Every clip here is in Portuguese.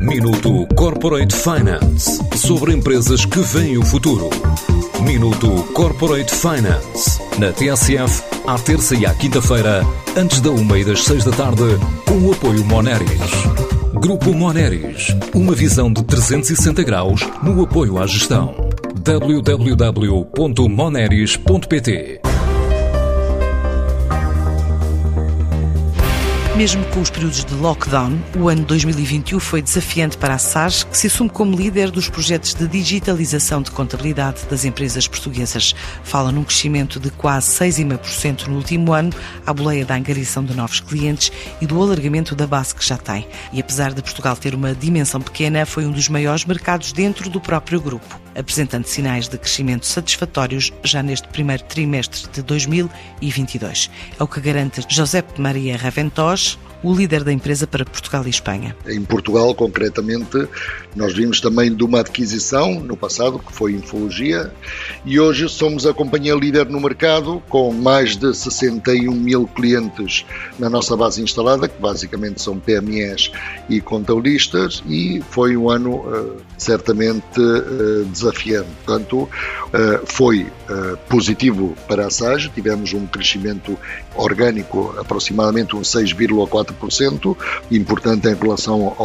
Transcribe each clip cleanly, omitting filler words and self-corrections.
Minuto Corporate Finance, sobre empresas que veem o futuro. Minuto Corporate Finance, na TSF, à terça e à quinta-feira, antes da 1h e das 6 da tarde, com o apoio Moneris. Grupo Moneris, uma visão de 360 graus no apoio à gestão. www.moneris.pt. Mesmo com os períodos de lockdown, o ano 2021 foi desafiante para a SAGE, que se assume como líder dos projetos de digitalização de contabilidade das empresas portuguesas. Fala num crescimento de quase 6,5% no último ano, à boleia da angariação de novos clientes e do alargamento da base que já tem. E apesar de Portugal ter uma dimensão pequena, foi um dos maiores mercados dentro do próprio grupo, apresentando sinais de crescimento satisfatórios já neste primeiro trimestre de 2022. É o que garante José Maria Raventós, o líder da empresa para Portugal e Espanha. Em Portugal, concretamente, nós vimos também de uma adquisição no passado, que foi Infologia, e hoje somos a companhia líder no mercado, com mais de 61 mil clientes na nossa base instalada, que basicamente são PMEs e contabilistas, e foi um ano certamente desafiante. Portanto, foi positivo para a SAGE, tivemos um crescimento orgânico aproximadamente uns 6,4%, importante em relação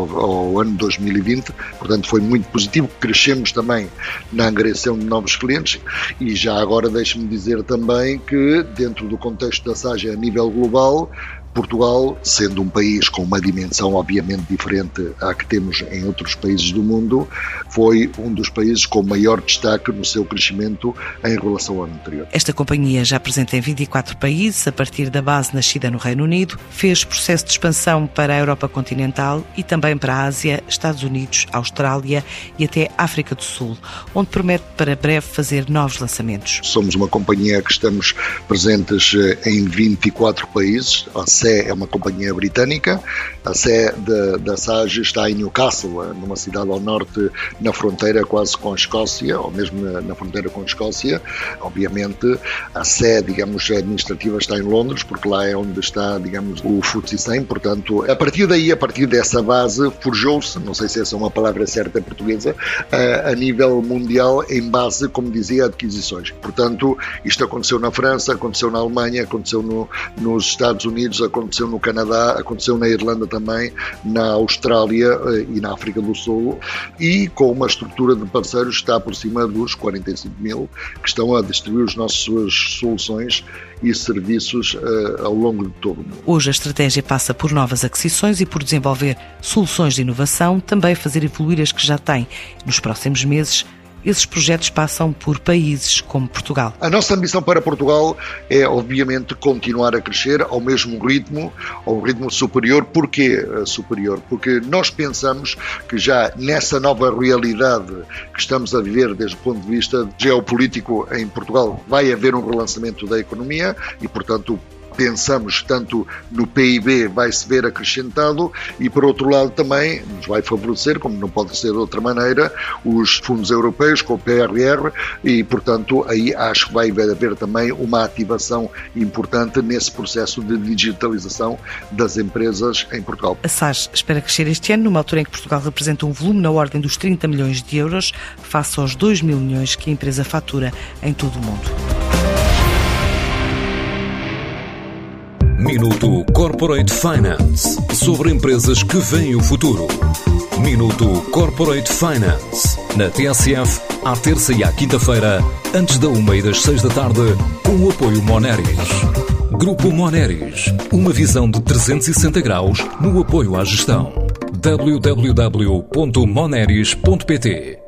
ao ano 2020, portanto foi muito positivo. Crescemos também na angariação de novos clientes e já agora deixe-me dizer também que dentro do contexto da SAGE a nível global, Portugal, sendo um país com uma dimensão obviamente diferente à que temos em outros países do mundo, foi um dos países com maior destaque no seu crescimento em relação ao ano anterior. Esta companhia, já presente em 24 países, a partir da base nascida no Reino Unido, fez processo de expansão para a Europa continental e também para a Ásia, Estados Unidos, Austrália e até África do Sul, onde promete para breve fazer novos lançamentos. Somos uma companhia que estamos presentes em 24 países. A SE é uma companhia britânica, a SE da SAGE está em Newcastle, numa cidade ao norte, na fronteira quase com a Escócia, ou mesmo na fronteira com a Escócia. Obviamente, a SE, digamos, administrativa está em Londres, porque lá é onde está, digamos, o FTSE 100, portanto, a partir daí, a partir dessa base, forjou-se, não sei se essa é uma palavra certa portuguesa, a nível mundial, em base, como dizia, adquisições. Portanto, isto aconteceu na França, aconteceu na Alemanha, aconteceu nos Estados Unidos, aconteceu no Canadá, aconteceu na Irlanda também, na Austrália e na África do Sul, e com uma estrutura de parceiros que está por cima dos 45 mil, que estão a distribuir as nossas soluções e serviços ao longo de todo o mundo. Hoje a estratégia passa por novas aquisições e por desenvolver soluções de inovação, também fazer evoluir as que já tem. Nos próximos meses, esses projetos passam por países como Portugal. A nossa ambição para Portugal é, obviamente, continuar a crescer ao mesmo ritmo, ao ritmo superior. Porquê superior? Porque nós pensamos que já nessa nova realidade que estamos a viver desde o ponto de vista geopolítico em Portugal, vai haver um relançamento da economia e, portanto, pensamos tanto no PIB vai-se ver acrescentado e, por outro lado, também nos vai favorecer, como não pode ser de outra maneira, os fundos europeus com o PRR e, portanto, aí acho que vai haver também uma ativação importante nesse processo de digitalização das empresas em Portugal. A SAGE espera crescer este ano, numa altura em que Portugal representa um volume na ordem dos 30 milhões de euros, face aos 2 mil milhões que a empresa fatura em todo o mundo. Minuto Corporate Finance, sobre empresas que veem o futuro. Minuto Corporate Finance, na TSF, à terça e à quinta-feira, antes da 1h e das 6 da tarde, com o apoio Moneris. Grupo Moneris, uma visão de 360 graus no apoio à gestão. www.moneris.pt